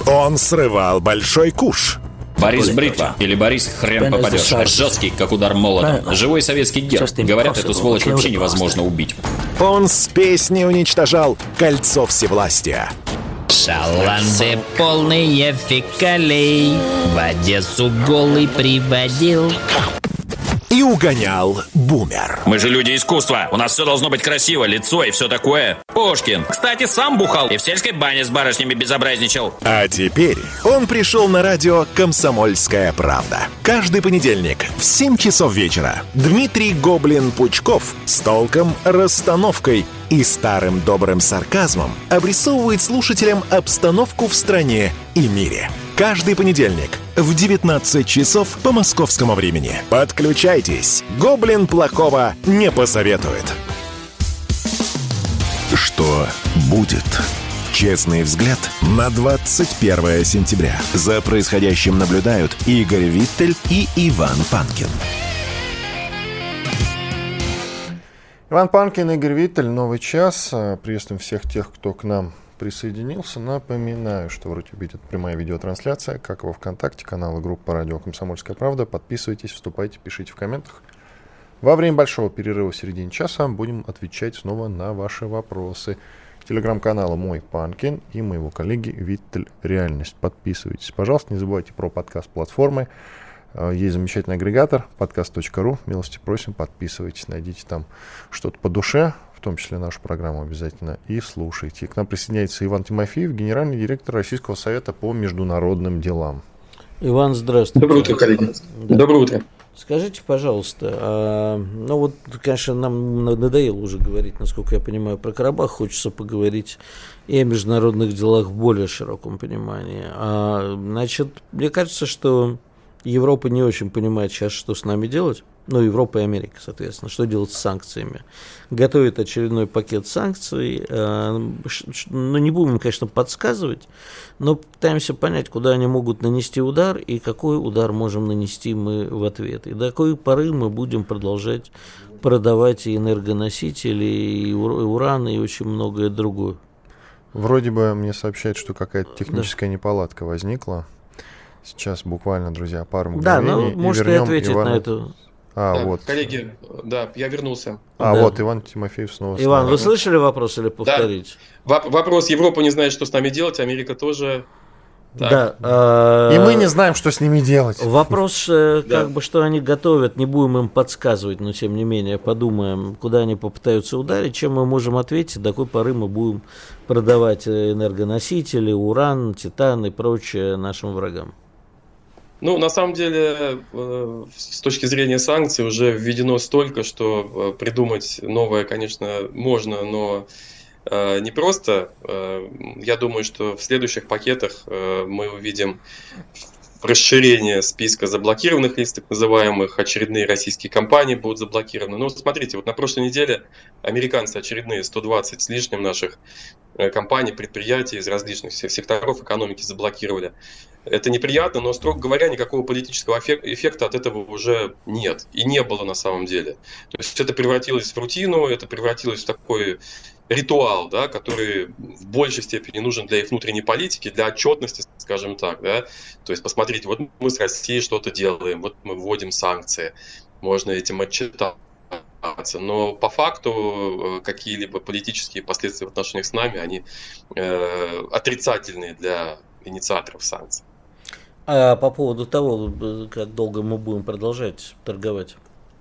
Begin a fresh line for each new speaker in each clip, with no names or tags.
Он срывал большой куш.
Борис Бритва или Борис Хрен попадешь. Жесткий, как удар молотом. Живой советский герб. Говорят, эту сволочь вообще невозможно убить.
Он с песней уничтожал кольцо всевластия.
Шаланды полные фекалей в Одессу голый приводил.
И угонял бумер.
Мы же люди искусства. У нас все должно быть красиво, лицо и все такое. Пушкин, кстати, сам бухал и в сельской бане с барышнями безобразничал.
А теперь он пришел на радио «Комсомольская правда». Каждый понедельник в 7 часов вечера Дмитрий Гоблин-Пучков с толком, расстановкой и старым добрым сарказмом обрисовывает слушателям обстановку в стране и мире. Каждый понедельник в 19 часов по московскому времени. Подключайтесь. Гоблин плохого не посоветует. Что будет? Честный взгляд на 21 сентября. За происходящим наблюдают Игорь Виттель и Иван Панкин.
Иван Панкин, Игорь Виттель, новый час. Приветствуем всех тех, кто к нам присоединился. Напоминаю, что в Рутюбе идет прямая видеотрансляция, как и во ВКонтакте, канал и группа радио «Комсомольская правда». Подписывайтесь, вступайте, пишите в комментах. Во время большого перерыва в середине часа будем отвечать снова на ваши вопросы. Телеграм-канала «Мой Панкин» и моего коллеги Виттель Реальность. Подписывайтесь, пожалуйста. Не забывайте про подкаст-платформы. Есть замечательный агрегатор podcast.ru. Милости просим, подписывайтесь, найдите там что-то по душе, в том числе нашу программу обязательно, и слушайте. К нам присоединяется Иван Тимофеев, генеральный директор Российского совета по международным делам.
Иван, здравствуйте.
Доброе утро, коллеги.
Да.
Доброе утро.
Скажите, пожалуйста, ну вот, конечно, нам надоело уже говорить, насколько я понимаю, про Карабах. Хочется поговорить и о международных делах в более широком понимании. Значит, мне кажется, что Европа не очень понимает сейчас, что с нами делать. Ну, Европа и Америка, соответственно, что делать с санкциями. Готовит очередной пакет санкций. Ну, не будем, конечно, подсказывать, но пытаемся понять, куда они могут нанести удар и какой удар можем нанести мы в ответ. И до какой поры мы будем продолжать продавать и энергоносители, и уран, и очень многое другое.
Вроде бы мне сообщают, что какая-то техническая неполадка возникла. Сейчас буквально, друзья, пару мгновений.
Да, ну, может и ответить
Ивана...
на это.
Да,
вот.
коллеги, да, я вернулся.
Да.
Вот Иван Тимофеев снова.
Иван, вы слышали вопрос или повторить?
Да. Вопрос: Европа не знает, что с нами делать, Америка тоже.
Так.
Да. И мы не знаем, что с ними делать.
Вопрос, как бы, что они готовят, не будем им подсказывать, но тем не менее подумаем, куда они попытаются ударить, чем мы можем ответить, до какой поры мы будем продавать энергоносители, уран, титан и прочее нашим врагам.
Ну, на самом деле, с точки зрения санкций уже введено столько, что придумать новое, конечно, можно, но не просто. Я думаю, что в следующих пакетах мы увидим расширение списка заблокированных лиц, так называемых, очередные российские компании будут заблокированы. Но смотрите, вот на прошлой неделе американцы очередные 120 с лишним наших компаний, предприятий из различных секторов экономики заблокировали. Это неприятно, но, строго говоря, никакого политического эффекта от этого уже нет. И не было на самом деле. То есть это превратилось в рутину, это превратилось в такой ритуал, да, который в большей степени нужен для их внутренней политики, для отчетности, скажем так. Да. То есть посмотрите, вот мы с Россией что-то делаем, вот мы вводим санкции, можно этим отчитаться. Но по факту какие-либо политические последствия в отношениях с нами, они отрицательные для инициаторов санкций.
А по поводу того, как долго мы будем продолжать торговать?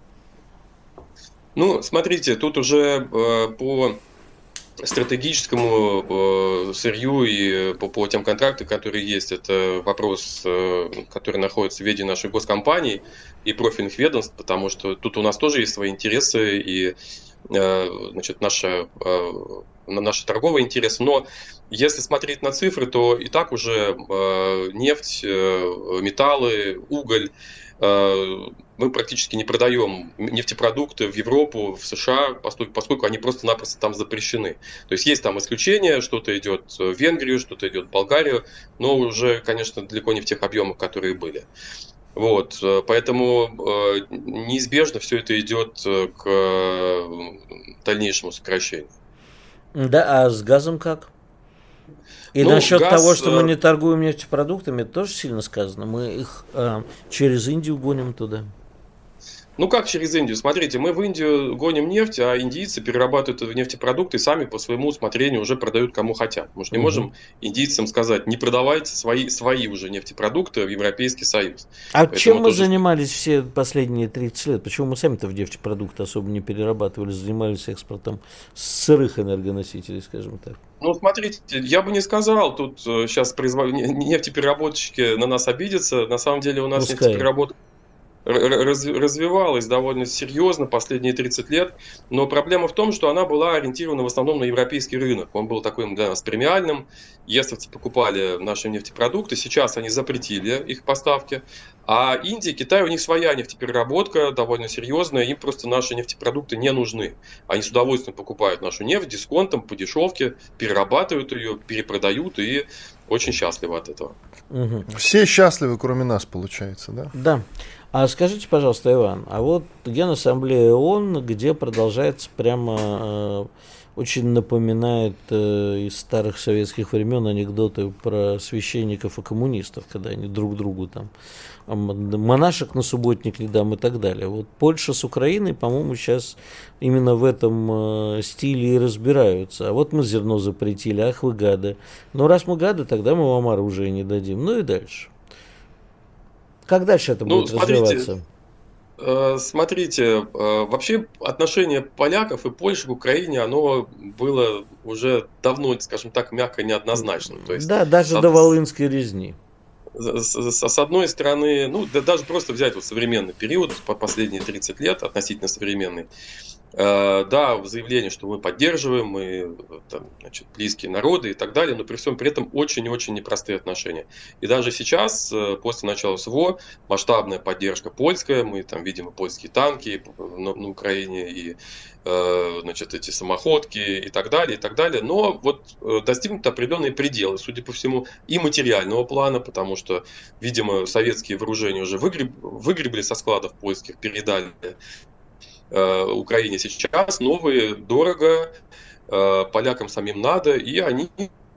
Ну, смотрите, тут уже по стратегическому сырью и по тем контрактам, которые есть, это вопрос, который находится в ведении наших госкомпаний и профильных ведомств, потому что тут у нас тоже есть свои интересы и, значит, наши торговые интересы. Но если смотреть на цифры, то и так уже нефть, металлы, уголь, мы практически не продаем нефтепродукты в Европу, в США, поскольку они просто-напросто там запрещены. То есть есть там исключения, что-то идет в Венгрию, что-то идет в Болгарию, но уже, конечно, далеко не в тех объемах, которые были. Вот, поэтому неизбежно все это идет к дальнейшему сокращению.
Да, а с газом как? И насчет того, что мы не торгуем нефтепродуктами, это тоже сильно сказано. Мы их через Индию гоним туда.
Ну как через Индию? Смотрите, мы в Индию гоним нефть, а индийцы перерабатывают это в нефтепродукты и сами по своему усмотрению уже продают кому хотят. Мы же не можем индийцам сказать, не продавайте свои уже нефтепродукты в Европейский Союз.
А чем мы занимались все последние 30 лет? Почему мы сами-то в нефтепродукты особо не перерабатывали, занимались экспортом сырых энергоносителей, скажем так?
Ну, смотрите, я бы не сказал, тут сейчас нефтепереработчики на нас обидятся. На самом деле у нас нефтепереработка развивалась довольно серьезно последние 30 лет, но проблема в том, что она была ориентирована в основном на европейский рынок. Он был таким для нас премиальным, эстовцы покупали наши нефтепродукты, сейчас они запретили их поставки, а Индия, Китай, у них своя нефтепереработка довольно серьезная, им просто наши нефтепродукты не нужны. Они с удовольствием покупают нашу нефть дисконтом, по дешевке, перерабатывают ее, перепродают и очень счастливы от этого.
Все счастливы, кроме нас, получается, да?
Да. А скажите, пожалуйста, Иван, а вот Генассамблея ООН, где продолжается прямо очень напоминает из старых советских времен анекдоты про священников и коммунистов, когда они друг другу там монашек на субботник не дам и так далее. Вот Польша с Украиной, по-моему, сейчас именно в этом стиле и разбираются. А вот мы зерно запретили, ах вы гады. Но раз мы гады, тогда мы вам оружие не дадим. Ну и дальше. Как дальше это будет развиваться?
Смотрите, вообще отношение поляков и Польши к Украине, оно было уже давно, скажем так, мягко неоднозначным. То есть,
да, даже до Волынской резни.
С одной стороны, ну, да, даже просто взять вот современный период, по последние 30 лет, относительно современный, да, заявление, что мы поддерживаем, мы там, значит, близкие народы и так далее, но при всем при этом очень-очень непростые отношения. И даже сейчас, после начала СВО, масштабная поддержка польская, мы там видим и польские танки на Украине, и значит, эти самоходки и так далее, но вот достигнуты определенные пределы, судя по всему, и материального плана, потому что, видимо, советские вооружения уже выгребли со складов польских, передали Украине сейчас, новые, дорого, полякам самим надо, и они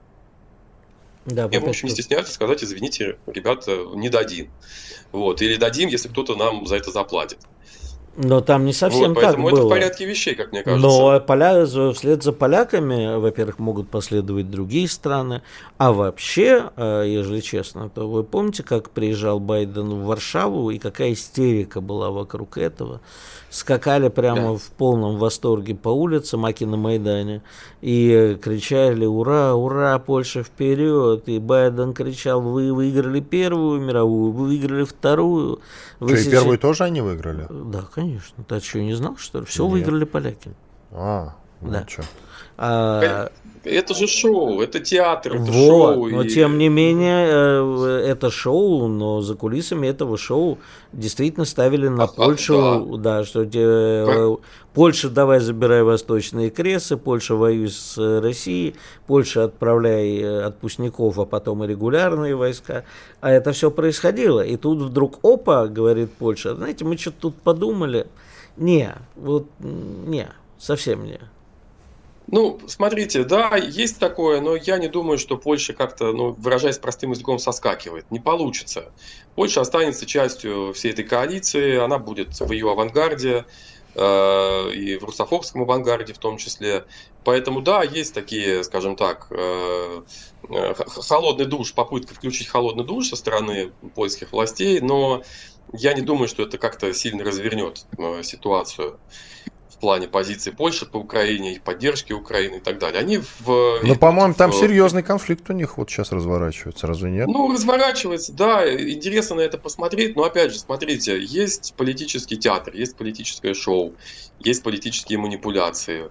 в общем, не стесняются сказать, извините, ребята, не дадим. Вот. Или дадим, если кто-то нам за это заплатит.
Но там не совсем
вот,
так было.
Поэтому это в порядке вещей, как мне кажется.
Но вслед за поляками, во-первых, могут последовать другие страны. А вообще, если честно, то вы помните, как приезжал Байден в Варшаву и какая истерика была вокруг этого? Скакали прямо в полном восторге по улицам, аки на Майдане, и кричали: «Ура, ура, Польша вперед!» И Байден кричал: «Вы выиграли Первую мировую, вы выиграли Вторую».
И первую тоже они выиграли?
Да, конечно. Ты что, не знал, что ли? Все выиграли поляки.
Да.
Что.
Это же шоу, это театр, это
вот,
шоу.
Но тем не менее, это шоу, но за кулисами этого шоу действительно ставили на Польшу, да, что Польша, давай забирай восточные кресы, Польша воюй с Россией, Польша отправляй отпускников, а потом и регулярные войска. А это все происходило. И тут вдруг, опа, говорит Польша, знаете, мы что-то тут подумали. Не, совсем не.
Ну, смотрите, да, есть такое, но я не думаю, что Польша как-то, выражаясь простым языком, соскакивает. Не получится. Польша останется частью всей этой коалиции, она будет в ее авангарде, и в русофобском авангарде в том числе. Поэтому, да, есть такие, скажем так, холодный душ, попытка включить холодный душ со стороны польских властей, но я не думаю, что это как-то сильно развернет ситуацию в плане позиции Польши по Украине и поддержки Украины и так далее. Они
по-моему, там серьезный конфликт у них вот сейчас разворачивается, разве нет?
Разворачивается, да, интересно на это посмотреть, но опять же, смотрите, есть политический театр, есть политическое шоу, есть политические манипуляции.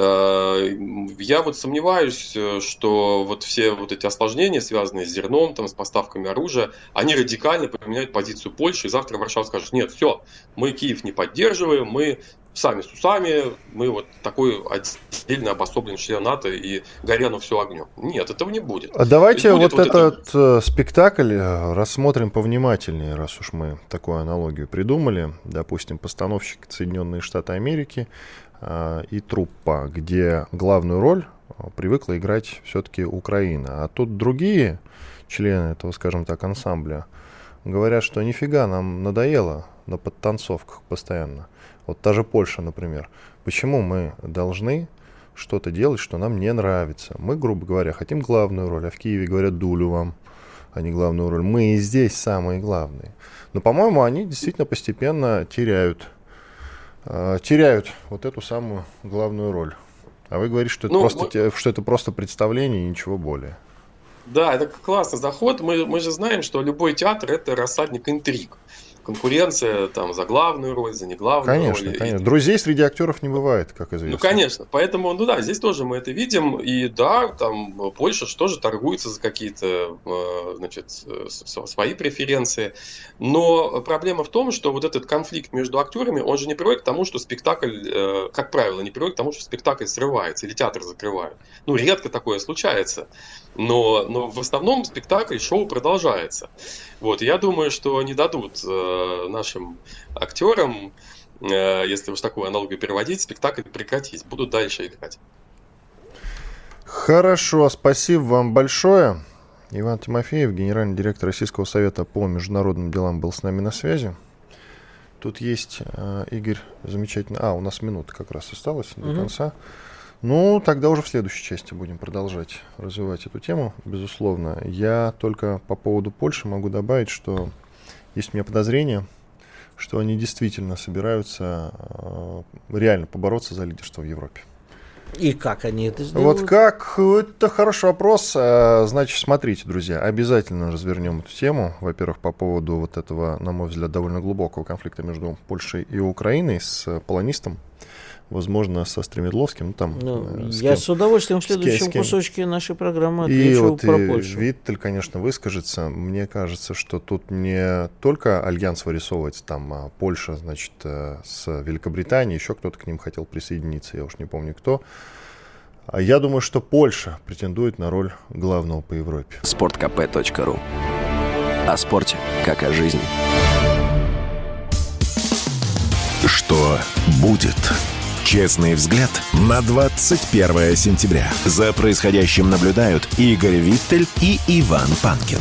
Я вот сомневаюсь, что вот все вот эти осложнения, связанные с зерном, там, с поставками оружия, они радикально поменяют позицию Польши, и завтра Варшава скажет: нет, все, мы Киев не поддерживаем, мы сами с усами, мы вот такой отдельно обособленный член НАТО, и горя все огнем. Нет, этого не будет.
А давайте будет вот этот спектакль рассмотрим повнимательнее, раз уж мы такую аналогию придумали. Допустим, постановщик Соединенные Штаты Америки и труппа, где главную роль привыкла играть все-таки Украина. А тут другие члены этого, скажем так, ансамбля говорят, что нифига, нам надоело на подтанцовках постоянно. Вот та же Польша, например. Почему мы должны что-то делать, что нам не нравится? Мы, грубо говоря, хотим главную роль, а в Киеве говорят дулю вам, а не главную роль. Мы и здесь самые главные. Но, по-моему, они действительно постепенно теряют вот эту самую главную роль. А вы говорите, что это просто представление и ничего более.
Да, это классный заход. Мы же знаем, что любой театр – это рассадник интриг. Конкуренция там за главную роль, за неглавную роль.
Конечно. Друзей среди актеров не бывает, как известно.
Ну, конечно. Поэтому, здесь тоже мы это видим. И да, там Польша тоже торгуется за какие-то, свои преференции. Но проблема в том, что вот этот конфликт между актерами, он же не приводит к тому, что спектакль, как правило, не приводит к тому, что спектакль срывается или театр закрывают. Редко такое случается. Но в основном спектакль, шоу продолжается. Вот, я думаю, что не дадут нашим актерам, если уж такую аналогию переводить, спектакль прекратить. Будут дальше играть.
Хорошо, спасибо вам большое. Иван Тимофеев, генеральный директор Российского совета по международным делам, был с нами на связи. Тут есть Игорь замечательно. У нас минута как раз осталась до конца. Тогда уже в следующей части будем продолжать развивать эту тему, безусловно. Я только по поводу Польши могу добавить, что есть у меня подозрение, что они действительно собираются реально побороться за лидерство в Европе.
И как они это сделают?
Вот как? Это хороший вопрос. Значит, смотрите, друзья, обязательно развернем эту тему. Во-первых, по поводу вот этого, на мой взгляд, довольно глубокого конфликта между Польшей и Украиной с полонистом. Возможно, со Стремедловским.
Я с удовольствием в следующем кусочке нашей программы отвечу про Польшу.
Виттель, конечно, выскажется. Мне кажется, что тут не только альянс вырисовывается, там Польша, значит, с Великобританией, еще кто-то к ним хотел присоединиться, я уж не помню кто. Я думаю, что Польша претендует на роль главного по Европе.
Sportkp.ru. О спорте, как о жизни.
Что будет? Честный взгляд на 21 сентября. За происходящим наблюдают Игорь Виттель и Иван Панкин.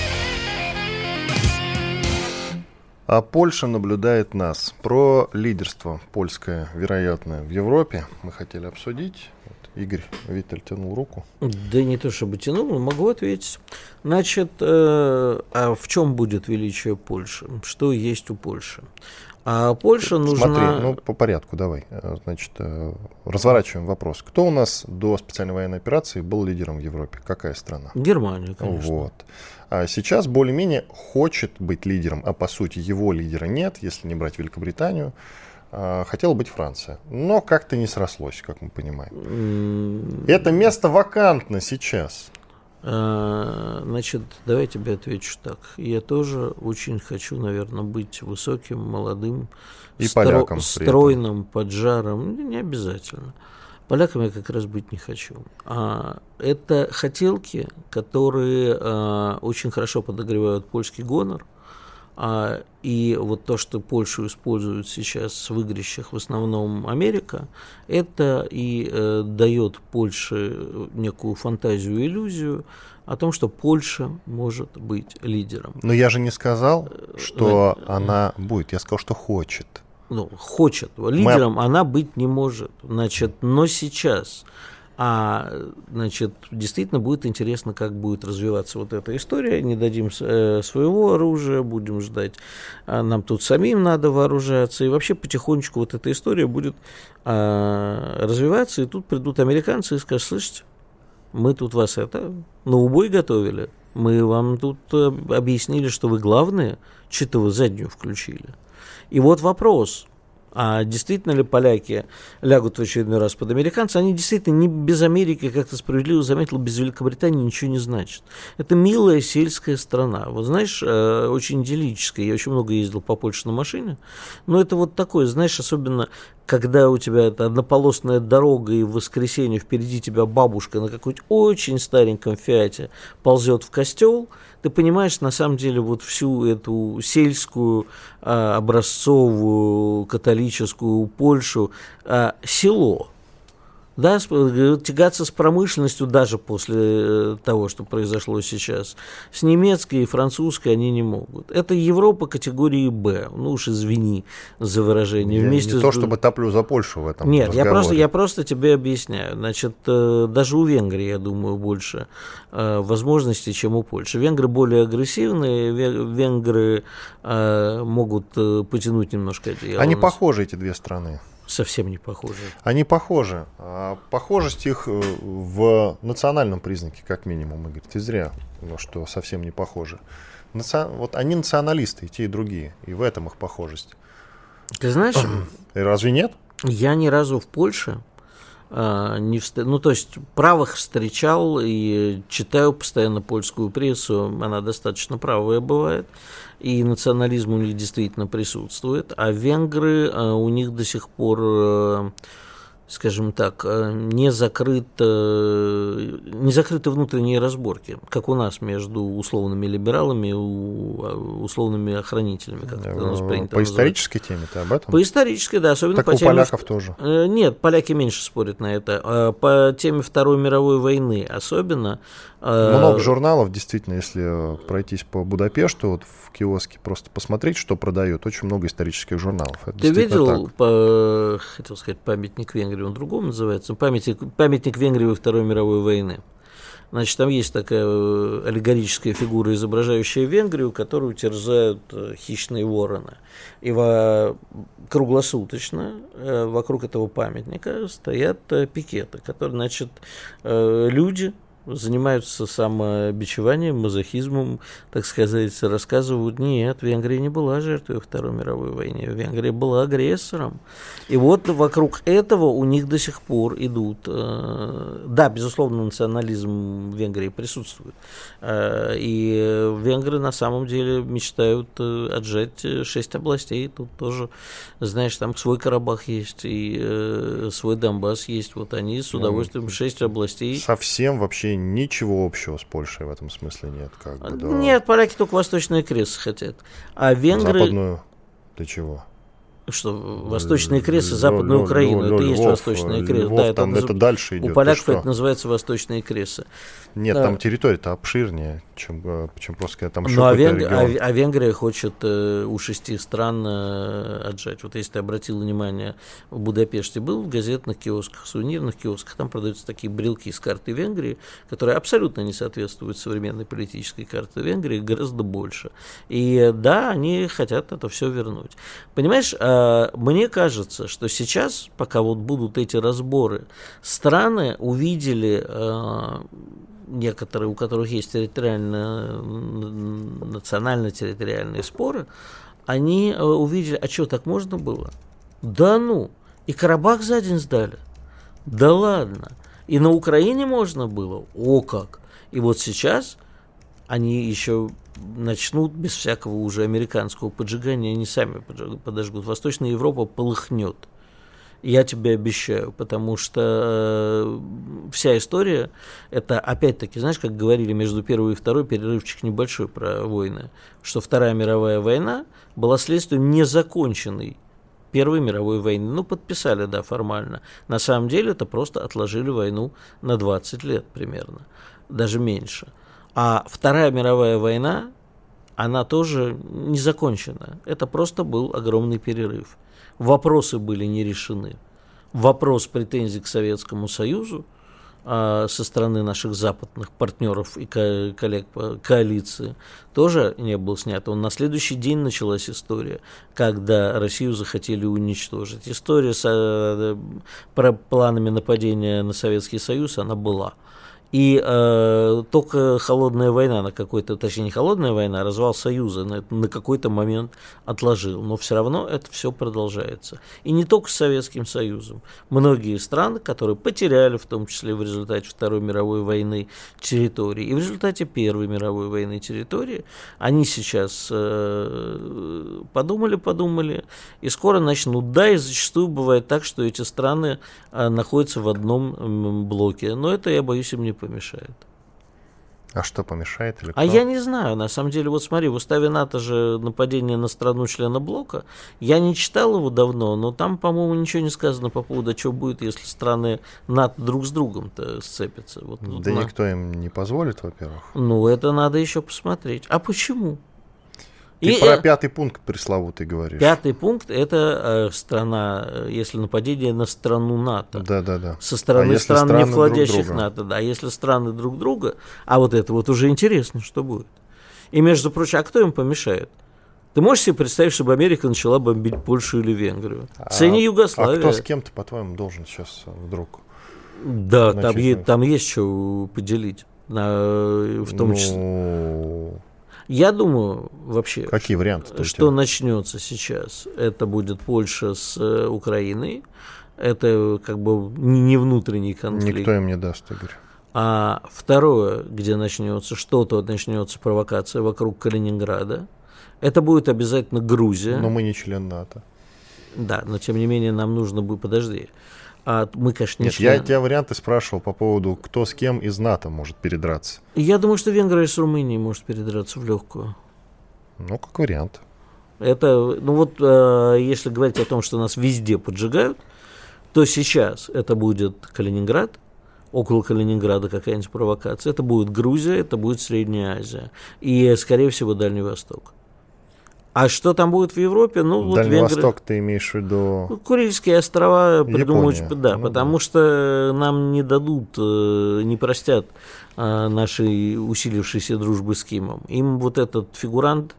А Польша наблюдает нас. Про лидерство польское, вероятно, в Европе мы хотели обсудить. Игорь Виттель тянул руку.
Да не то чтобы тянул, но могу ответить. Значит, а в чем будет величие Польши? Что есть у Польши? А Польша нужна...
Смотри, по порядку давай. Значит, разворачиваем вопрос. Кто у нас до специальной военной операции был лидером в Европе? Какая страна?
Германия, конечно.
Вот. А сейчас более-менее хочет быть лидером, а по сути его лидера нет, если не брать Великобританию. Хотела быть Франция. Но как-то не срослось, как мы понимаем. Это место вакантно сейчас.
Значит, давай я тебе отвечу так. Я тоже очень хочу, наверное, быть высоким, молодым,
и поляком
стройным, поджаром. Не обязательно. Поляком я как раз быть не хочу. Это хотелки, которые очень хорошо подогревают польский гонор. И вот то, что Польшу используют сейчас в игрищах в основном Америка, это и дает Польше некую фантазию, иллюзию о том, что Польша может быть лидером.
Но я же не сказал, что она будет. Я сказал, что хочет.
Хочет. Лидером она быть не может. Значит, но сейчас... Значит, действительно будет интересно, как будет развиваться вот эта история. Не дадим своего оружия, будем ждать. Нам тут самим надо вооружаться. И вообще потихонечку вот эта история будет развиваться. И тут придут американцы и скажут: слышите, мы тут вас на убой готовили. Мы вам тут объяснили, что вы главные. Что-то вы заднюю включили. И вот вопрос. А действительно ли поляки лягут в очередной раз под американцев? Они действительно не без Америки, как ты справедливо заметил, без Великобритании ничего не значит. Это милая сельская страна. Вот знаешь, очень идиллическая. Я очень много ездил по Польше на машине. Но это вот такое, знаешь, особенно когда у тебя это однополосная дорога, и в воскресенье впереди тебя бабушка на какой-то очень стареньком Фиате ползет в костел, ты понимаешь, на самом деле, вот всю эту сельскую, образцовую, католическую Польшу, село. Да, тягаться с промышленностью даже после того, что произошло сейчас. С немецкой и французской они не могут. Это Европа категории «Б». Ну уж извини за выражение.
Я
Вместе
не то, чтобы топлю за Польшу в этом
Нет,
разговоре.
я просто тебе объясняю. Значит, даже у Венгрии, я думаю, больше возможностей, чем у Польши. Венгры более агрессивные, венгры могут потянуть немножко одеяло.
Они похожи, эти две страны.
Совсем не похожи.
Они похожи. Похожесть их в национальном признаке, как минимум, Игорь. Ты зря, что совсем не похожи. Вот они националисты, и те, и другие. И в этом их похожесть.
Ты знаешь...
Разве нет?
Я ни разу в Польше ну, то есть правых встречал и читаю постоянно польскую прессу, она достаточно правая бывает, и национализм у них действительно присутствует, а венгры, у них до сих пор, скажем так, не закрыты внутренние разборки, как у нас между условными либералами и условными охранителями, как это у нас принято
по исторической теме ты об этом?
По исторической, да, особенно
так
по
у
теме...
поляков тоже.
Нет, поляки меньше спорят на это. По теме Второй мировой войны особенно...
Много журналов, действительно, если пройтись по Будапешту, вот в киоске просто посмотреть, что продают, очень много исторических журналов. Это
ты видел, хотел сказать, памятник Венгрии, он другому называется, памятник Венгрии во Второй мировой войны. Значит, там есть такая аллегорическая фигура, изображающая Венгрию, которую терзают хищные вороны. И круглосуточно вокруг этого памятника стоят пикеты, которые, значит, люди занимаются самобичеванием, мазохизмом, так сказать, рассказывают, нет, Венгрия не была жертвой во Второй мировой войне, Венгрия была агрессором. И вот вокруг этого у них до сих пор идут, да, безусловно, национализм в Венгрии присутствует, и венгры на самом деле мечтают отжать 6 областей, тут тоже, знаешь, там свой Карабах есть, и свой Донбасс есть, вот они с удовольствием 6 областей.
Совсем вообще ничего общего с Польшей в этом смысле нет. Как бы, да.
Нет, поляки только Восточный Крест хотят. А венгры...
Западную для чего?
Что, Восточный Крест и Западную Украину, это и есть Восточный Крест.
Львов,
Да,
это дальше идет.
У поляков это называется Восточные Кресы.
Нет,
да.
Там территория-то обширнее, чем просто когда там
еще
регион.
А Венгрия хочет у 6 стран отжать. Вот если ты обратил внимание, в Будапеште был в газетных киосках, сувенирных киосках, там продаются такие брелки с карты Венгрии, которые абсолютно не соответствуют современной политической карте Венгрии, гораздо больше. И да, они хотят это все вернуть. Понимаешь, мне кажется, что сейчас, пока вот будут эти разборы, страны увидели... некоторые, у которых есть национально-территориальные споры, они увидели, а что, так можно было? Да ну, и Карабах за день сдали. Да ладно. И на Украине можно было? О как. И вот сейчас они еще начнут без всякого уже американского поджигания, они сами подожгут. Восточная Европа полыхнет. Я тебе обещаю, потому что вся история, это опять-таки, знаешь, как говорили между первой и второй, перерывчик небольшой про войны, что Вторая мировая война была следствием незаконченной Первой мировой войны. Ну, подписали, да, формально. На самом деле это просто отложили войну на 20 лет примерно, даже меньше. А Вторая мировая война, она тоже не закончена. Это просто был огромный перерыв. Вопросы были не решены. Вопрос претензий к Советскому Союзу со стороны наших западных партнеров и коллег по коалиции тоже не был снят. На следующий день началась история, когда Россию захотели уничтожить. История с планами нападения на Советский Союз, она была. И только холодная война на какой-то, точнее не холодная война, а развал Союза на какой-то момент отложил. Но все равно это все продолжается. И не только с Советским Союзом. Многие страны, которые потеряли, в том числе в результате Второй мировой войны, территории, и в результате Первой мировой войны территории, они сейчас подумали, и скоро начнут. Да, и зачастую бывает так, что эти страны находятся в одном блоке. Но это, я боюсь, им не помешает.
А что помешает? Или кто?
А я не знаю, на самом деле, вот смотри, в уставе НАТО же нападение на страну-члена блока. Я не читал его давно, но там, по-моему, ничего не сказано по поводу, что будет, если страны НАТО друг с другом-то сцепятся. Вот,
да никто им не позволит, во-первых.
Ну, это надо еще посмотреть. А почему?
Ты про пятый пункт пресловутый говоришь.
Пятый пункт – это страна, если нападение на страну НАТО.
Да.
Со стороны стран, не входящих в НАТО. Да, если страны друг друга, а вот это вот уже интересно, что будет. И, между прочим, а кто им помешает? Ты можешь себе представить, чтобы Америка начала бомбить Польшу или Венгрию? Цени Югославию.
А кто с кем-то, по-твоему, должен сейчас вдруг?
Да, там есть что поделить. В том числе. Я думаю, вообще,
какие варианты
что начнется сейчас. Это будет Польша с Украиной. Это как бы не внутренний конфликт.
Никто им не даст, Игорь.
А второе, где начнется провокация вокруг Калининграда. Это будет обязательно Грузия.
Но мы не член НАТО.
Да, но тем не менее нам нужно будет... Подожди. Мы, конечно,
Нет, я тебя варианты спрашивал по поводу, кто с кем из НАТО может передраться.
Я думаю, что Венгрия с Румынией может передраться в легкую.
Ну, как вариант.
Это, если говорить о том, что нас везде поджигают, то сейчас это будет Калининград, около Калининграда какая-нибудь провокация, это будет Грузия, это будет Средняя Азия и, скорее всего, Дальний Восток. А что там будет в Европе?
Дальний Восток ты имеешь в виду?
Курильские острова придумывают,
Япония.
Потому что нам не дадут, не простят нашей усилившейся дружбы с Кимом. Им вот этот фигурант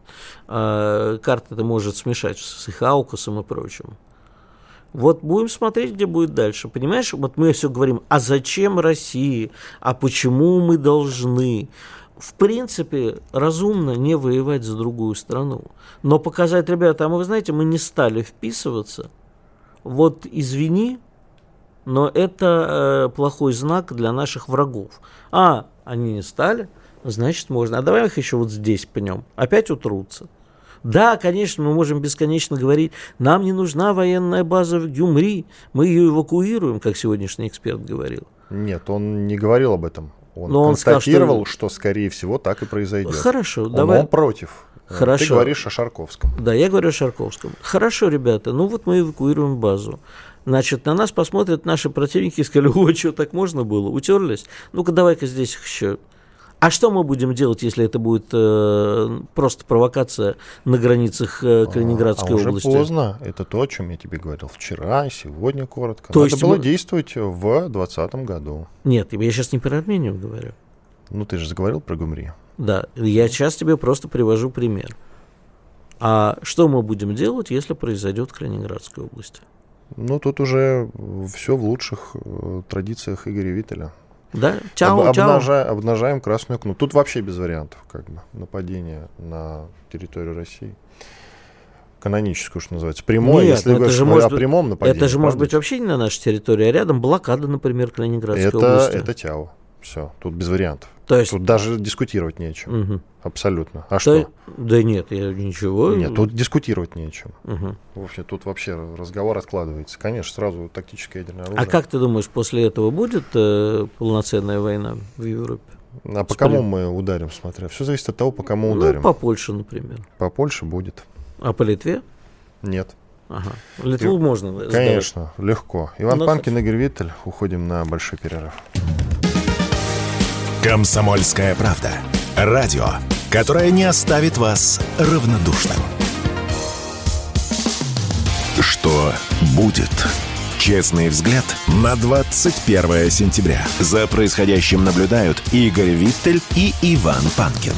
карты-то может смешать с их аукусом и прочим. Вот будем смотреть, где будет дальше. Понимаешь, вот мы все говорим, а зачем России, а почему мы должны... В принципе, разумно не воевать за другую страну. Но показать, ребята, вы знаете, мы не стали вписываться. Вот извини, но это плохой знак для наших врагов. Они не стали, значит можно. А давай их еще вот здесь пнем. Опять утрутся. Да, конечно, мы можем бесконечно говорить, нам не нужна военная база в Гюмри, мы ее эвакуируем, как сегодняшний эксперт говорил.
Нет, он не говорил об этом. Он констатировал, что, скорее всего, так и произойдет.
Хорошо,
Он против.
Хорошо.
Ты говоришь о Шарковском.
Да, я говорю о Шарковском. Хорошо, ребята, вот мы эвакуируем базу. Значит, на нас посмотрят наши противники и сказали, что так можно было? Утерлись? Ну-ка, давай-ка здесь еще... А что мы будем делать, если это будет просто провокация на границах Калининградской области?
Уже поздно. Это то, о чем я тебе говорил вчера, сегодня коротко. Надо было действовать в 2020 году.
Нет, я сейчас не про Армению говорю.
Ты же заговорил про Гюмри.
Да, я сейчас тебе просто привожу пример. А что мы будем делать, если произойдет в Калининградской области?
Тут уже все в лучших традициях Игоря Виттеля.
Да,
обнажаем красную кнопку. Тут вообще без вариантов, нападение на территорию России. Каноническую, что называется. Прямое, если говоришь о прямом нападении.
Это же может быть вообще не на нашей территории, а рядом блокада, например, Калининградской области.
Это ТЯО. Все, тут без вариантов.
Тут
даже дискутировать не о чем. Угу. Абсолютно. А что?
Да нет, ничего.
Нет, тут дискутировать не о чем. Угу. Тут вообще разговор откладывается. Конечно, сразу тактическое ядерное оружие.
А как ты думаешь, после этого будет полноценная война в Европе?
А по кому мы ударим, смотря? Все зависит от того, по кому ударим.
По Польше, например.
По Польше будет.
А по Литве?
Нет.
Ага. Литву можно сдавать.
Конечно, легко. Иван Панкин, Игорь Виттель. Уходим на большой перерыв.
«Комсомольская правда». Радио, которое не оставит вас равнодушным. Что будет? Честный взгляд на 21 сентября. За происходящим наблюдают Игорь Виттель и Иван Панкин.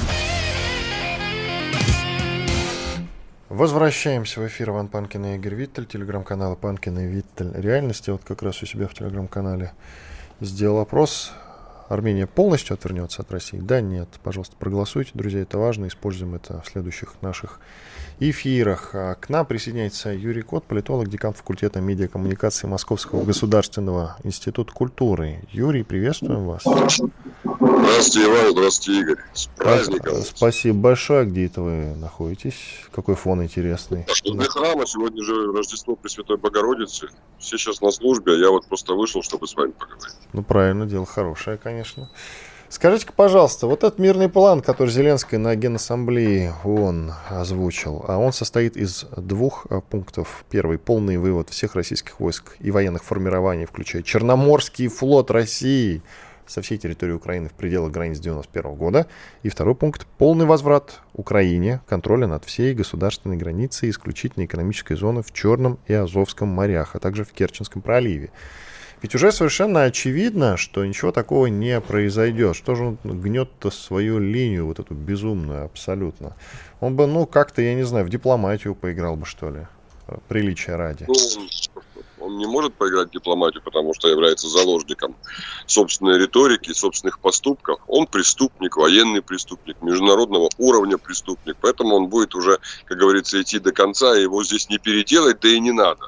Возвращаемся в эфир. Иван Панкин и Игорь Виттель. Телеграм-канал Панкин и Виттель. Реальность. Я как раз у себя в телеграм-канале сделал опрос. Армения полностью отвернется от России? Да, нет. Пожалуйста, проголосуйте, друзья, это важно. Используем это в следующих наших эфирах. К нам присоединяется Юрий Кот, политолог, декан факультета медиакоммуникации Московского государственного института культуры. Юрий, приветствуем вас.
Здравствуйте, Иван, здравствуйте, Игорь. С праздником.
Спасибо большое. Где это вы находитесь? Какой фон интересный?
Для храма. Сегодня же Рождество Пресвятой Богородицы. Все сейчас на службе, а я просто вышел, чтобы с вами поговорить.
Правильно, дело хорошее, конечно. Скажите-ка, пожалуйста, вот этот мирный план, который Зеленский на Генассамблее ООН озвучил, он состоит из 2 пунктов. Первый — полный вывод всех российских войск и военных формирований, включая Черноморский флот России со всей территории Украины в пределах границ 1991 года. И второй пункт — полный возврат Украине контроля над всей государственной границей исключительной экономической зоны в Черном и Азовском морях, а также в Керченском проливе. Ведь уже совершенно очевидно, что ничего такого не произойдет. Что же он гнет-то свою линию, вот эту безумную абсолютно? Он бы, как-то, я не знаю, в дипломатию поиграл бы, что ли, приличия ради.
Он не может поиграть в дипломатию, потому что является заложником собственной риторики, собственных поступков. Он преступник, военный преступник, международного уровня преступник. Поэтому он будет уже, как говорится, идти до конца, и его здесь не переделать, да и не надо.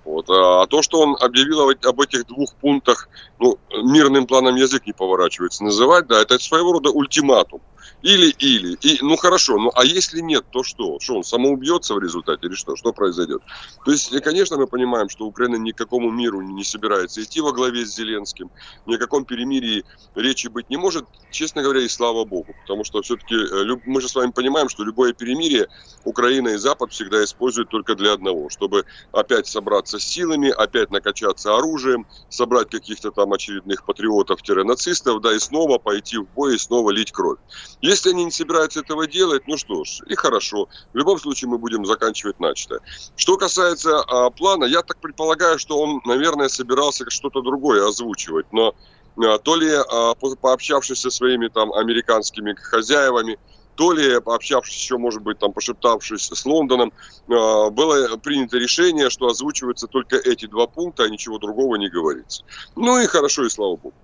А то, что он объявил об этих 2 пунктах, мирным планом язык не поворачивается называть, да, это своего рода ультиматум. Или. И, хорошо, а если нет, то что? Что, он самоубьется в результате или что? Что произойдет? То есть, конечно, мы понимаем, что Украина ни к какому миру не собирается идти во главе с Зеленским. Ни о каком перемирии речи быть не может, честно говоря, и слава богу. Потому что все-таки мы же с вами понимаем, что любое перемирие Украина и Запад всегда используют только для одного. Чтобы опять собраться с силами, опять накачаться оружием, собрать каких-то там очередных патриотов-нацистов, да, и снова пойти в бой, и снова лить кровь. Если они не собираются этого делать, что ж, и хорошо. В любом случае мы будем заканчивать начатое. Что касается плана, я так предполагаю, что он, наверное, собирался что-то другое озвучивать. Но то ли пообщавшись со своими там американскими хозяевами, то ли пообщавшись еще, может быть, там пошептавшись с Лондоном, было принято решение, что озвучиваются только эти 2 пункта, а ничего другого не говорится. И хорошо, и слава богу.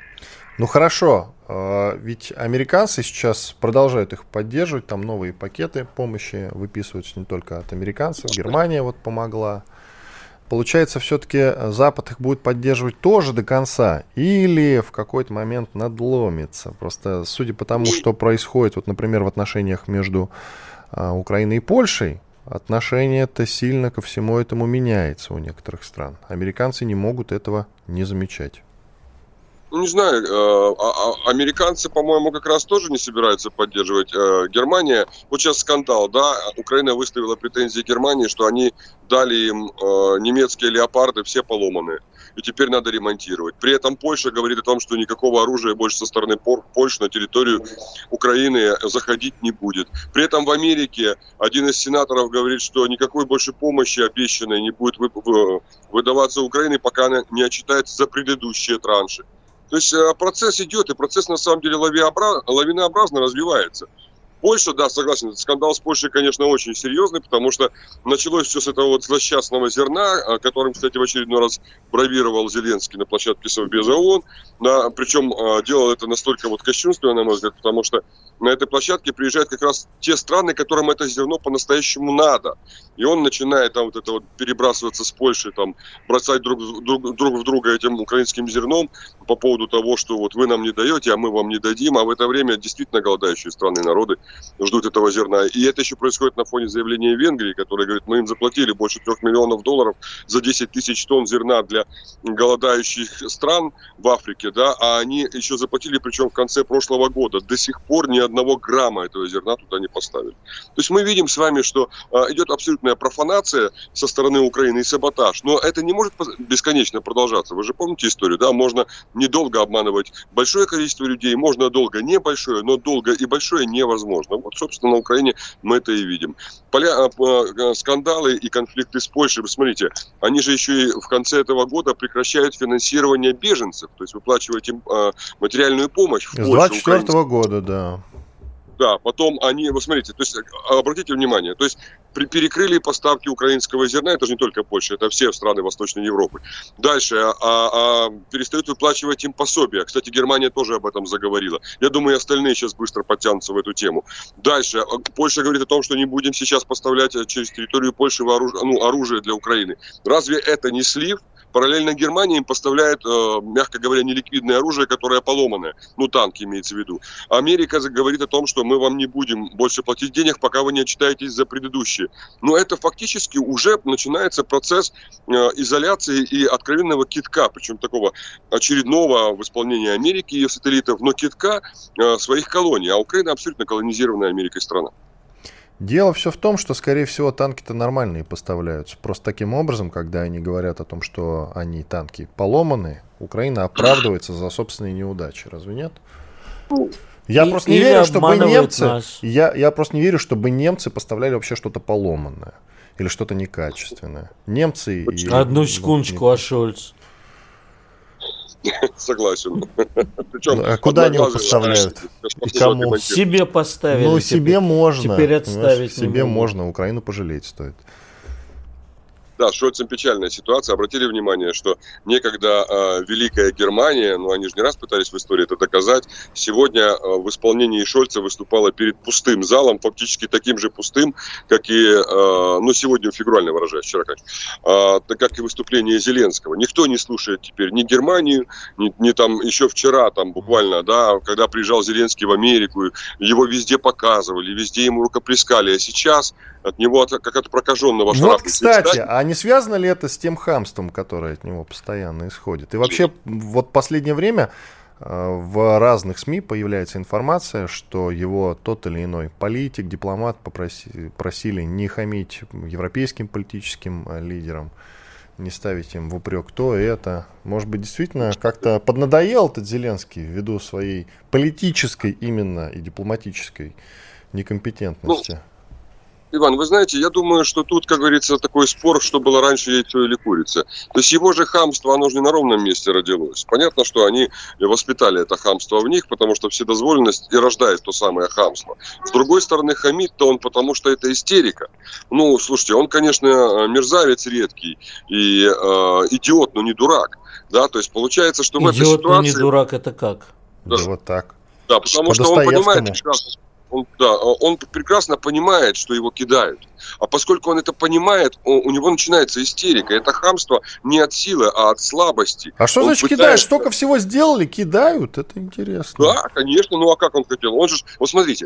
Хорошо, ведь американцы сейчас продолжают их поддерживать, там новые пакеты помощи выписываются не только от американцев, Германия помогла. Получается, все-таки Запад их будет поддерживать тоже до конца или в какой-то момент надломится? Просто судя по тому, что происходит, например, в отношениях между Украиной и Польшей, отношение-то сильно ко всему этому меняется у некоторых стран. Американцы не могут этого не замечать.
Не знаю, американцы, по-моему, как раз тоже не собираются поддерживать Германия. Вот сейчас скандал, да, Украина выставила претензии Германии, что они дали им немецкие леопарды, все поломанные, и теперь надо ремонтировать. При этом Польша говорит о том, что никакого оружия больше со стороны Польши на территорию Украины заходить не будет. При этом в Америке один из сенаторов говорит, что никакой больше помощи обещанной не будет выдаваться Украине, пока она не отчитается за предыдущие транши. То есть процесс идет, и процесс на самом деле лавинообразно развивается. Польша, да, согласен, скандал с Польшей, конечно, очень серьезный, потому что началось все с этого злосчастного зерна, которым, кстати, в очередной раз бравировал Зеленский на площадке Совбеза ООН. Да, причем делал это настолько кощунственно, на мой взгляд, потому что на этой площадке приезжают как раз те страны, которым это зерно по-настоящему надо. И он начинает там перебрасываться с Польшей, там, бросать друг в друга этим украинским зерном по поводу того, что вы нам не даете, а мы вам не дадим. А в это время действительно голодающие страны и народы ждут этого зерна. И это еще происходит на фоне заявления Венгрии, которая говорит, мы им заплатили больше $3 миллионов за 10 тысяч тонн зерна для голодающих стран в Африке, да, а они еще заплатили, причем в конце прошлого года. До сих пор ни одного грамма этого зерна туда не поставили. То есть мы видим с вами, что идет абсолютная профанация со стороны Украины и саботаж. Но это не может бесконечно продолжаться. Вы же помните историю, да? Можно недолго обманывать большое количество людей, можно долго небольшое, но долго и большое невозможно. Вот, собственно, на Украине мы это и видим. Скандалы и конфликты с Польшей, вы смотрите, они же еще и в конце этого года прекращают финансирование беженцев, то есть выплачивать им материальную помощь в Польшу.
С 24 года, да.
Да, потом они, вы смотрите, то есть обратите внимание, то есть перекрыли поставки украинского зерна, это же не только Польша, это все страны Восточной Европы. Дальше перестают выплачивать им пособия. Кстати, Германия тоже об этом заговорила. Я думаю, и остальные сейчас быстро подтянутся в эту тему. Дальше Польша говорит о том, что не будем сейчас поставлять через территорию Польши оружие для Украины. Разве это не слив? параллельно Германия им поставляет, мягко говоря, неликвидное оружие, которое поломанное. Ну, танки имеется в виду. Америка говорит о том, что мы вам не будем больше платить денег, пока вы не отчитаетесь за предыдущие. Но это фактически уже начинается процесс изоляции и откровенного кидка, причем такого очередного в исполнении Америки и ее сателлитов, но кидка своих колоний. А Украина абсолютно колонизированная Америкой страна.
Дело все в том, что, скорее всего, танки-то нормальные поставляются. Просто таким образом, когда они говорят о том, что они танки поломанные, Украина оправдывается за собственные неудачи. Разве нет? Я просто не верю, чтобы немцы... Я просто не верю, чтобы немцы поставляли вообще что-то поломанное или что-то некачественное. Немцы...
Одну секундочку, а Шольц?
Согласен.
А куда они его поставляют? И кому?
Себе поставили.
Ну, себе можно.
Теперь отставить.
Себе можно, Украину пожалеть стоит.
Да, с Шольцем печальная ситуация. Обратили внимание, что некогда Великая Германия, ну они же не раз пытались в истории это доказать, сегодня в исполнении Шольца выступала перед пустым залом, фактически таким же пустым, как и, ну сегодня фигурально выражаясь, вчера, конечно, как и выступление Зеленского. Никто не слушает теперь ни Германию, ни там еще вчера, там буквально, да, когда приезжал Зеленский в Америку, его везде показывали, везде ему рукоплескали, а сейчас от него как от прокаженного шарахнули.
Вот, кстати, а не связано ли это с тем хамством, которое от него постоянно исходит? И вообще, вот в последнее время в разных СМИ появляется информация, что его тот или иной политик, дипломат просили не хамить европейским политическим лидерам, не ставить им в упрек то и это. Может быть, действительно как-то поднадоел этот Зеленский ввиду своей политической именно и дипломатической некомпетентности?
Иван, вы знаете, я думаю, что тут, как говорится, такой спор, что было раньше, яйцо или курица. То есть его же хамство, оно же не на ровном месте родилось. Понятно, что они воспитали это хамство в них, потому что вседозволенность и рождает то самое хамство. С другой стороны, хамит-то он, потому что это истерика. Ну, слушайте, он, конечно, мерзавец редкий и идиот, но не дурак. Да, то есть получается, что
идиот,
в этой ситуации...
Идиот, но не дурак, это как?
Да, вот так.
Да, потому что он понимает прекрасно. Он прекрасно понимает, что его кидают. А поскольку он это понимает, у него начинается истерика. Это хамство не от силы, а от слабости.
А что значит кидают? Столько всего сделали, кидают? Это интересно.
Да, конечно. Ну а как он хотел? Он же, вот смотрите,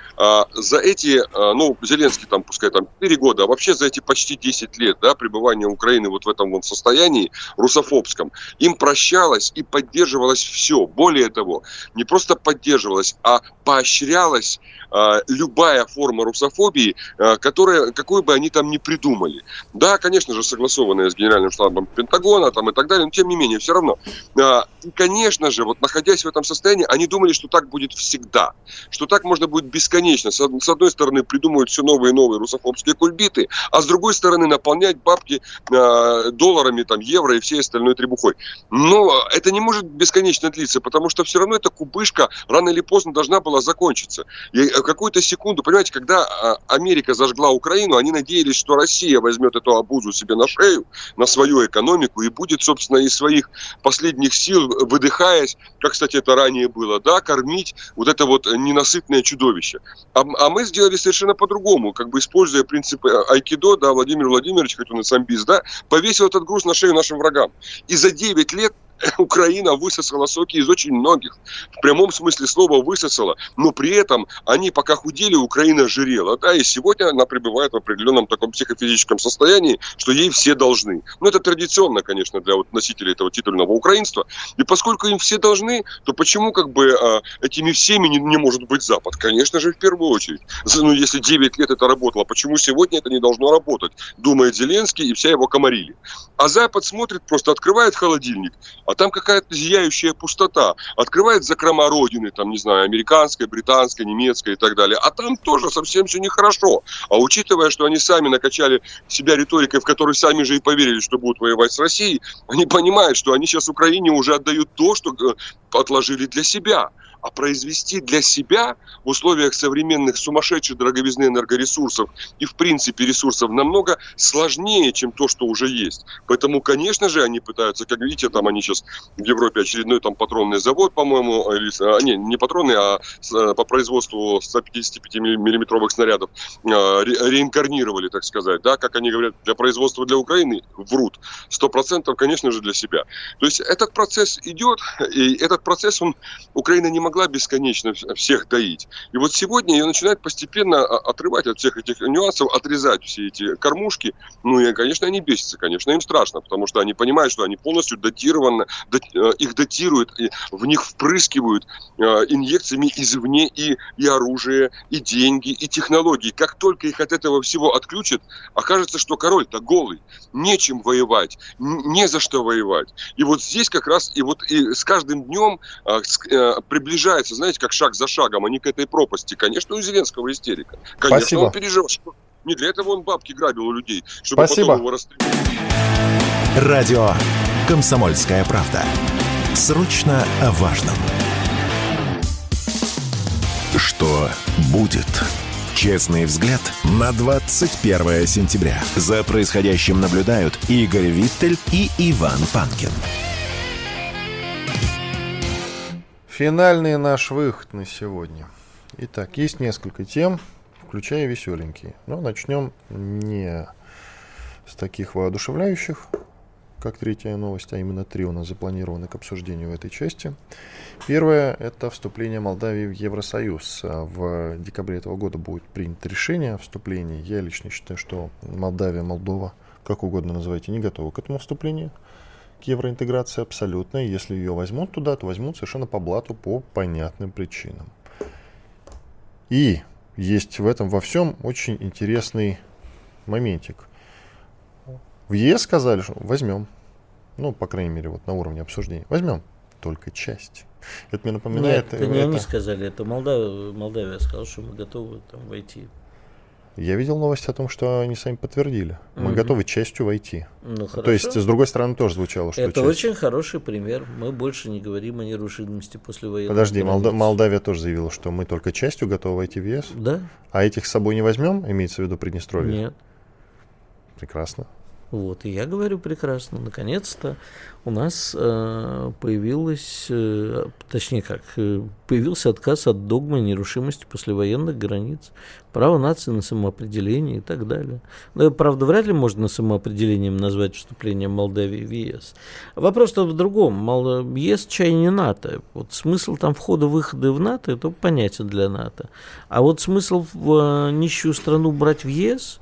за эти, ну, Зеленский там, пускай там 4 года, а вообще за эти почти 10 лет, да, пребывания Украины вот в этом вот состоянии русофобском, им прощалось и поддерживалось все. Более того, не просто поддерживалось, а поощрялась любая форма русофобии, какую бы они там ни придумали. Да, конечно же, согласованная с Генеральным штабом Пентагона там, и так далее, но тем не менее, все равно. И, конечно же, вот находясь в этом состоянии, они думали, что так будет всегда, что так можно будет бесконечно. С одной стороны, придумывают все новые и новые русофобские кульбиты, а с другой стороны, наполнять бабки долларами, там, евро и всей остальной требухой. Но это не может бесконечно длиться, потому что все равно эта кубышка рано или поздно должна была закончиться. И какую-то секунду, понимаете, когда Америка зажгла Украину, они надеялись, что Россия возьмет эту обузу себе на шею, на свою экономику и будет, собственно, из своих последних сил, выдыхаясь, как, кстати, это ранее было, да, кормить вот это вот ненасытное чудовище. А мы сделали совершенно по-другому, как бы используя принципы айкидо, да, Владимир Владимирович, хоть он и самбист, да, повесил этот груз на шею нашим врагам. И за 9 лет Украина высосала соки из очень многих. В прямом смысле слова высосала. Но при этом они пока худели, Украина жирела. Да, и сегодня она пребывает в определенном таком психофизическом состоянии, что ей все должны. Но это традиционно, конечно, для вот носителей этого титульного украинства. И поскольку им все должны, то почему как бы этими всеми не может быть Запад? Конечно же, в первую очередь. Ну, если 9 лет это работало, почему сегодня это не должно работать? Думает Зеленский и вся его комарилья. А Запад смотрит, просто открывает холодильник, а там какая-то зияющая пустота. Открывает закрома родины, там, не знаю, американской, британской, немецкой и так далее. А там тоже совсем все нехорошо. А учитывая, что они сами накачали себя риторикой, в которой сами же и поверили, что будут воевать с Россией, они понимают, что они сейчас Украине уже отдают то, что отложили для себя. а произвести для себя в условиях современных сумасшедших дороговизны энергоресурсов и, в принципе, ресурсов намного сложнее, чем то, что уже есть. Поэтому, конечно же, они пытаются, как видите, там они сейчас в Европе очередной там патронный завод, по-моему, не патронный, а по производству 155-миллиметровых снарядов реинкарнировали, так сказать, да, как они говорят, для производства для Украины врут. 100%, конечно же, для себя. То есть этот процесс идет, и этот процесс Украина не могла бесконечно всех доить. И вот сегодня ее начинают постепенно отрывать от всех этих нюансов, отрезать все эти кормушки. Ну и, конечно, они бесятся, конечно, им страшно, потому что они понимают, что они полностью датированы, их датируют, и в них впрыскивают инъекциями извне и оружие, и деньги, и технологии. Как только их от этого всего отключат, окажется, что король-то голый, нечем воевать, не за что воевать. И вот здесь как раз, и с каждым днем приближается, знаете, как шаг за шагом, они к этой пропасти. Конечно, у Зеленского истерика. Конечно,
Спасибо.
Он переживал. Не для этого он бабки грабил у людей, чтобы
Спасибо.
потом его расстрелять.
Радио «Комсомольская правда». Срочно о важном. Что будет? Честный взгляд на 21 сентября. За происходящим наблюдают Игорь Виттель и Иван Панкин.
Финальный наш выход на сегодня. Итак, есть несколько тем, включая веселенькие. Но начнем не с таких воодушевляющих, как третья новость, а именно 3 у нас запланированы к обсуждению в этой части. Первое – это вступление Молдавии в Евросоюз. В декабре этого года будет принято решение о вступлении. Я лично считаю, что Молдавия, Молдова, как угодно называйте, не готовы к этому вступлению, к евроинтеграции абсолютно. И если ее возьмут туда, то возьмут совершенно по блату, по понятным причинам. И есть в этом во всем очень интересный моментик. В ЕС сказали, что возьмем. Ну, по крайней мере, вот на уровне обсуждения. Возьмем только часть. Это мне напоминает...
Нет, это не они сказали, это Молдавия сказала, что мы готовы там войти.
Я видел новость о том, что они сами подтвердили. Мы готовы частью войти.
Ну,
то есть, с другой стороны, тоже звучало, что
это
часть.
очень хороший пример. Мы больше не говорим о нерушимости послевоенной.
Подожди, Молдавия тоже заявила, что мы только частью готовы войти в ес?
Да.
А этих с собой не возьмем, имеется в виду Приднестровье?
Нет.
Прекрасно.
Вот, и я говорю прекрасно. Наконец-то у нас появился отказ от догмы нерушимости послевоенных границ, право нации на самоопределение и так далее. Но, правда, вряд ли можно самоопределением назвать вступление Молдавии в ЕС. Вопрос-то в другом. ЕС чай не НАТО. Вот смысл там входа-выхода в НАТО, это понятен для НАТО. А вот смысл в нищую страну брать в ЕС...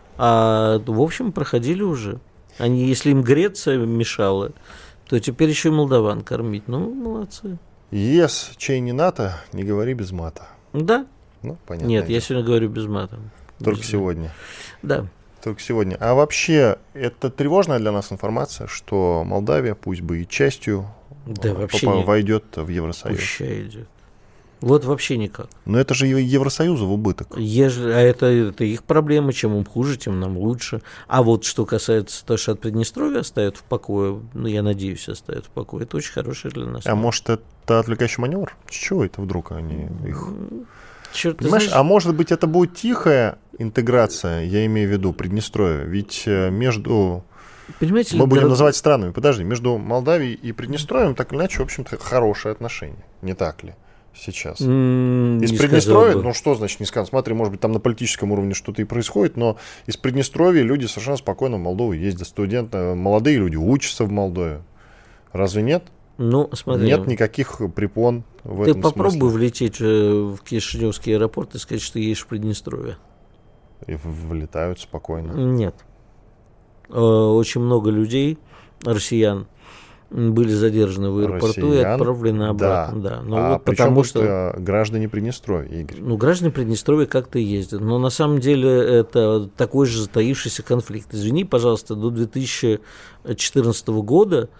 в общем, проходили уже. Они, если им Греция мешала, то теперь еще и молдаван кормить. Ну, молодцы.
ЕС, чей не НАТО, не говори без мата.
Да.
Ну, понятно.
Нет, я сегодня говорю без мата.
Только сегодня.
Да.
Только сегодня. А вообще, это тревожная для нас информация, что Молдавия, пусть бы и частью, войдет в Евросоюз.
Пущай идет. Вот вообще никак.
Но это же Евросоюзу в убыток.
А это их проблема. Чем им хуже, тем нам лучше. А вот что касается того, что от Приднестровья оставят в покое, ну, я надеюсь, оставят в покое, это очень хорошее для нас.
А может, это отвлекающий маневр? С чего это вдруг они их...
Черт,
понимаешь,
знаешь...
а может быть, это будет тихая интеграция, я имею в виду Приднестровье, ведь между...
Понимаете,
мы будем называть странами, подожди, между Молдавией и Приднестровьем так или иначе, в общем-то, хорошие отношения, не так ли? Сейчас. Из Приднестровья, ну что значит не сказал? Смотри, может быть, там на политическом уровне что-то и происходит, но из Приднестровья люди совершенно спокойно в Молдову ездят, студенты, молодые люди учатся в Молдове. Разве нет?
Ну, смотри.
Нет никаких препон в этом смысле.
Ты попробуй влететь в Кишиневский аэропорт и сказать, что едешь в Приднестровье.
И влетают спокойно.
Нет. Очень много людей, россиян, были задержаны в аэропорту и отправлены обратно. Да.
Но вот потому что граждане Приднестровья, Игорь.
Ну, граждане Приднестровья как-то ездят. Но на самом деле это такой же затаившийся конфликт. Извини, пожалуйста, до 2014 года,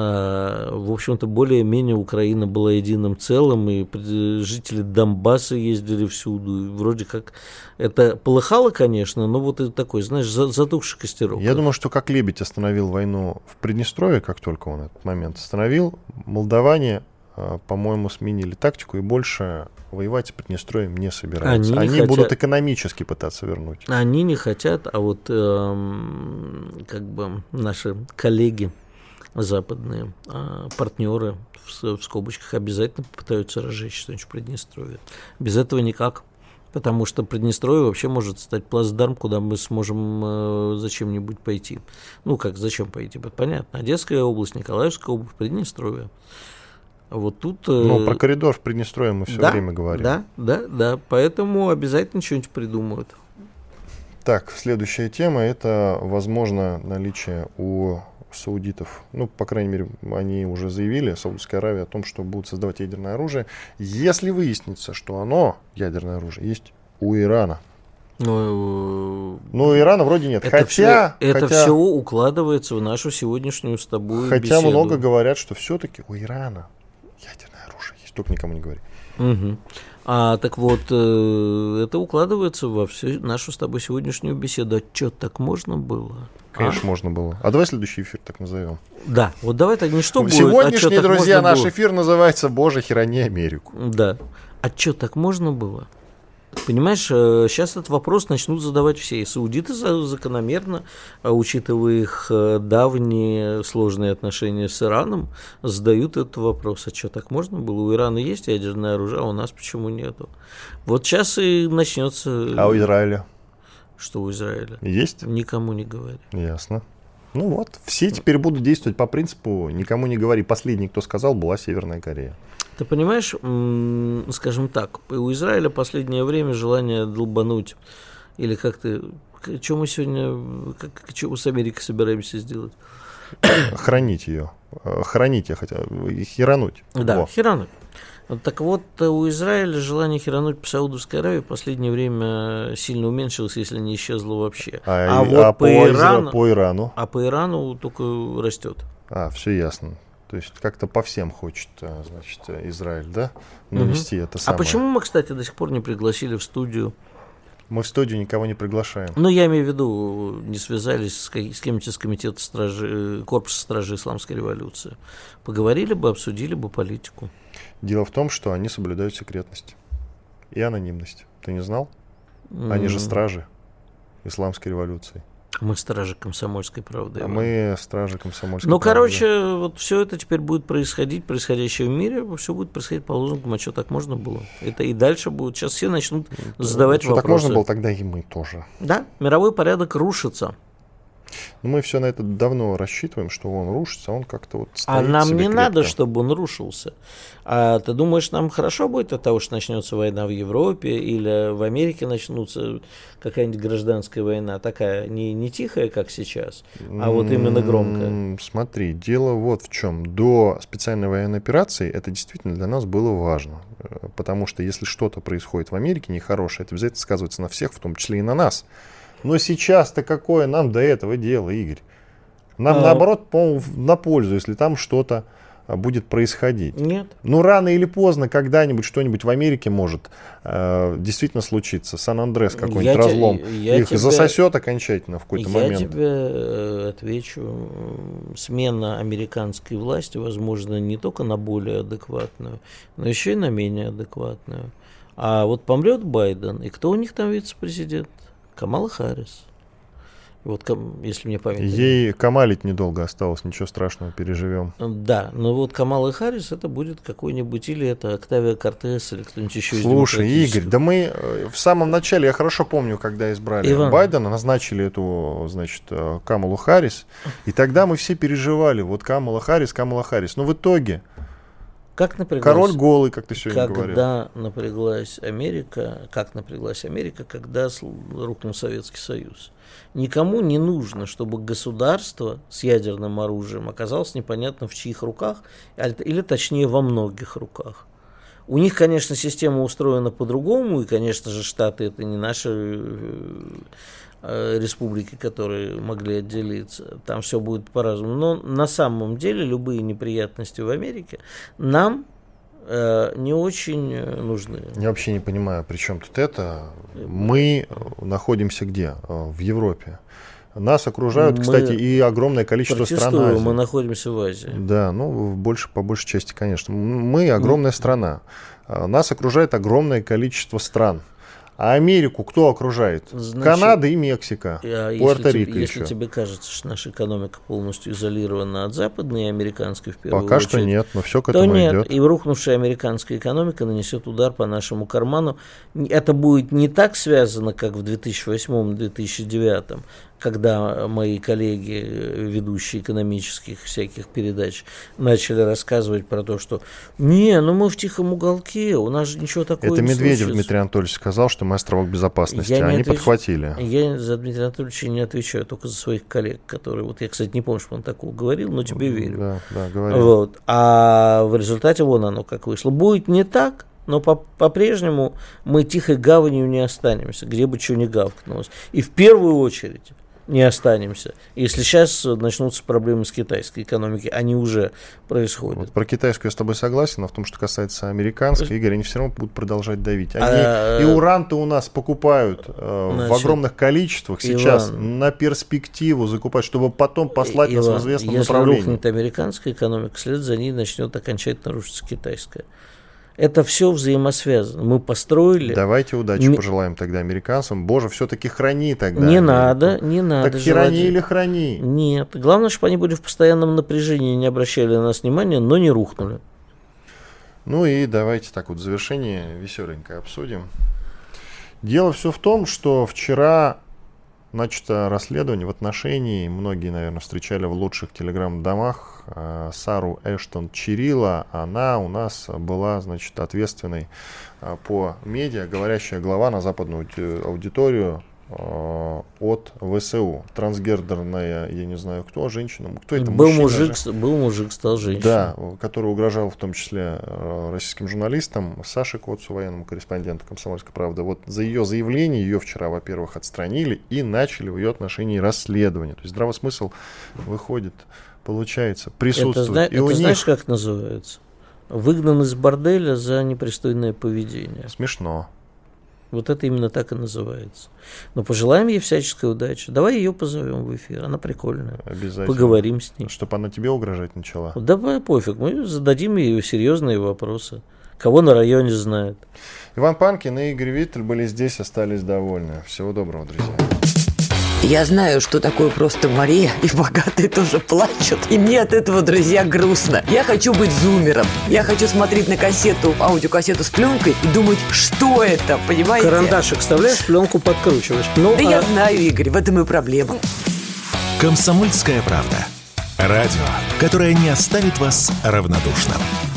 в общем-то, более-менее Украина была единым целым, и жители Донбасса ездили всюду. И вроде как это полыхало, конечно, но вот это такой, знаешь, затухший костерок.
Я думаю, что как Лебедь остановил войну в Приднестровье, как только он этот момент остановил, молдаване по-моему, сменили тактику и больше воевать с Приднестровьем не собираются. Они будут экономически пытаться вернуть.
Они не хотят, а вот как бы наши коллеги западные, партнеры в скобочках обязательно попытаются разжечь что-нибудь в Приднестровье. Без этого никак. Потому что Приднестровье вообще может стать плацдарм, куда мы сможем зачем-нибудь пойти. Ну, как зачем пойти? Понятно. Одесская область, Николаевская область, Приднестровье. Вот тут...
Ну, про коридор в Приднестровье мы все время говорим.
Да. Поэтому обязательно что-нибудь придумают.
Так, следующая тема – это, возможно, наличие у саудитов, ну, по крайней мере, они уже заявили, Саудовская Аравия, о том, что будут создавать ядерное оружие, если выяснится, что оно, ядерное оружие, есть у Ирана. Ну, у Ирана вроде нет.
Это все укладывается в нашу сегодняшнюю с тобой
беседу. Много говорят, что все-таки у Ирана ядерное оружие есть, только никому не говори.
Угу. Так вот, это укладывается во всю нашу с тобой сегодняшнюю беседу. А что, так можно было?
Конечно, можно было. А давай следующий эфир так назовем.
Да, вот давай так не что будет.
Сегодняшний, друзья, наш эфир называется «Боже, храни Америку».
Да. А что, так можно было? Понимаешь, сейчас этот вопрос начнут задавать все. И саудиты закономерно, учитывая их давние сложные отношения с Ираном, задают этот вопрос. А что, так можно было? У Ирана есть ядерное оружие, а у нас почему нету? Вот сейчас и начнется...
А у Израиля?
Что у Израиля?
Есть?
Никому не говори.
Ясно. Ну вот, все теперь будут действовать по принципу «никому не говори». Последний, кто сказал, была Северная Корея.
Ты понимаешь, скажем так, у Израиля последнее время желание долбануть, или как-то, что мы сегодня, что с Америкой собираемся сделать?
Хранить ее. Хранить я хотел, херануть.
Да, херануть. Так вот, у Израиля желание херануть по Саудовской Аравии в последнее время сильно уменьшилось, если не исчезло вообще.
Вот по Ирану?
А по Ирану только растет.
Все ясно. То есть как-то по всем хочет, значит, Израиль, да, навести это самое.
А почему мы, кстати, до сих пор не пригласили в студию?
Мы в студию никого не приглашаем.
Ну, я имею в виду, не связались с кем-нибудь из комитета корпуса стражи Исламской революции. Поговорили бы, обсудили бы политику.
Дело в том, что они соблюдают секретность и анонимность. Ты не знал? Они же стражи Исламской революции.
Мы стражи комсомольской правды.
Мы стражи комсомольской правды.
Ну, короче, вот все это теперь будет происходить, происходящее в мире, все будет происходить по лозунгам, а что так можно было? Это и дальше будет. Сейчас все начнут задавать вопросы.
Что так можно было, тогда и мы тоже.
Да, мировой порядок рушится.
Но мы все на это давно рассчитываем, что он рушится, он как-то вот стоит.
А нам не
крепко.
надо, чтобы он рушился. А ты думаешь, нам хорошо будет от того, что начнется война в Европе или в Америке начнется какая-нибудь гражданская война, такая не тихая, как сейчас, а вот именно громкая?
Смотри, дело вот в чем. До специальной военной операции это действительно для нас было важно. Потому что если что-то происходит в Америке нехорошее, это обязательно сказывается на всех, в том числе и на нас. Но сейчас-то какое нам до этого дело, Игорь? Нам, наоборот, по-моему, на пользу, если там что-то будет происходить.
Нет.
Ну, рано или поздно, когда-нибудь что-нибудь в Америке может действительно случиться. Сан-Андрес какой-нибудь разлом. Их засосет окончательно в какой-то момент.
Я тебе отвечу. Смена американской власти, возможно, не только на более адекватную, но еще и на менее адекватную. А вот помрет Байден, и кто у них там вице-президент? Камала Харрис. Вот, если мне память...
Ей камалить недолго осталось, ничего страшного, переживем.
Да, но вот Камала Харрис это будет какой-нибудь, или это Октавия Кортес, или кто-нибудь еще из
Слушай, Игорь, да мы в самом начале, я хорошо помню, когда избрали Байдена, назначили эту, значит, Камалу Харрис, и тогда мы все переживали, вот Камала Харрис. Но в итоге...
Как напряглась,
король голый, как ты сегодня говорил.
Когда напряглась Америка, когда рухнул Советский Союз. Никому не нужно, чтобы государство с ядерным оружием оказалось непонятно в чьих руках, или точнее во многих руках. У них, конечно, система устроена по-другому, и, конечно же, Штаты это не наши республики, которые могли отделиться, там все будет по-разному. Но на самом деле любые неприятности в Америке нам не очень нужны.
Я вообще не понимаю, при чем тут это. Мы находимся где? В Европе. Нас окружают, кстати, и огромное количество стран Азии.
Мы находимся в Азии.
Да, ну, по большей части, конечно. Мы огромная страна. Нас окружает огромное количество стран. А Америку кто окружает? Значит, Канада и Мексика, Пуэрто-Рико еще.
Если тебе кажется, что наша экономика полностью изолирована от западной и американской в первую
очередь. Пока что нет, но все к этому идет.
И рухнувшая американская экономика нанесет удар по нашему карману. Это будет не так связано, как в 2008-2009, когда мои коллеги, ведущие экономических всяких передач, начали рассказывать про то, что мы в тихом уголке, у нас же ничего такого
это
не
Медведев
случится.
Дмитрий Анатольевич сказал, что мы островок безопасности, они подхватили.
Я за Дмитрия Анатольевича не отвечаю, только за своих коллег, которые, я, кстати, не помню, что он такого говорил, но тебе верю.
Да, говорил.
А в результате оно как вышло. Будет не так, но по-прежнему мы тихой гаванью не останемся, где бы что ни гавкнулось. И в первую очередь не останемся. Если сейчас начнутся проблемы с китайской экономикой, они уже происходят.
Вот про китайскую я с тобой согласен, но в том, что касается американской, Игорь, они все равно будут продолжать давить. И уран-то у нас покупают в огромных количествах сейчас на перспективу закупать, чтобы потом послать нас в известном направлении.
Если рухнет американская экономика, вслед за ней начнет окончательно рушиться китайская. Это все взаимосвязано. Мы построили...
Давайте удачи пожелаем тогда американцам. Боже, все-таки храни тогда.
Не надо. Так
храни или храни?
Нет. Главное, чтобы они были в постоянном напряжении, не обращали на нас внимания, но не рухнули.
Ну и давайте так в завершение веселенько обсудим. Дело все в том, что вчера начато расследование в отношении, многие, наверное, встречали в лучших телеграм-домах, Сару Эштон Чирилла. Она у нас была, ответственной по медиа, говорящая глава на западную аудиторию от ВСУ. Трансгендерная, я не знаю кто, женщина. Кто это?
Был мужик, стал женщиной.
Да, который угрожал в том числе российским журналистам, Саше Коцу, военному корреспонденту «Комсомольской правды». Вот за ее заявление ее вчера, во-первых, отстранили и начали в ее отношении расследование. То есть здравый смысл выходит, получается, присутствует.
Это знаешь, как называется? Выгнан из борделя за непристойное поведение.
Смешно.
Вот это именно так и называется. Но пожелаем ей всяческой удачи. Давай ее позовем в эфир, она прикольная.
Обязательно.
Поговорим с ней.
Чтобы она тебе угрожать начала.
Давай, пофиг, мы зададим ей серьезные вопросы. Кого на районе знает.
Иван Панкин и Игорь Виттель были здесь, остались довольны. Всего доброго, друзья.
Я знаю, что такое просто Мария, и богатые тоже плачут. И мне от этого, друзья, грустно. Я хочу быть зумером. Я хочу смотреть на кассету, аудиокассету с пленкой и думать, что это, понимаете?
Карандашик вставляешь, пленку подкручиваешь.
Я знаю, Игорь, в этом и проблема.
«Комсомольская правда». Радио, которое не оставит вас равнодушным.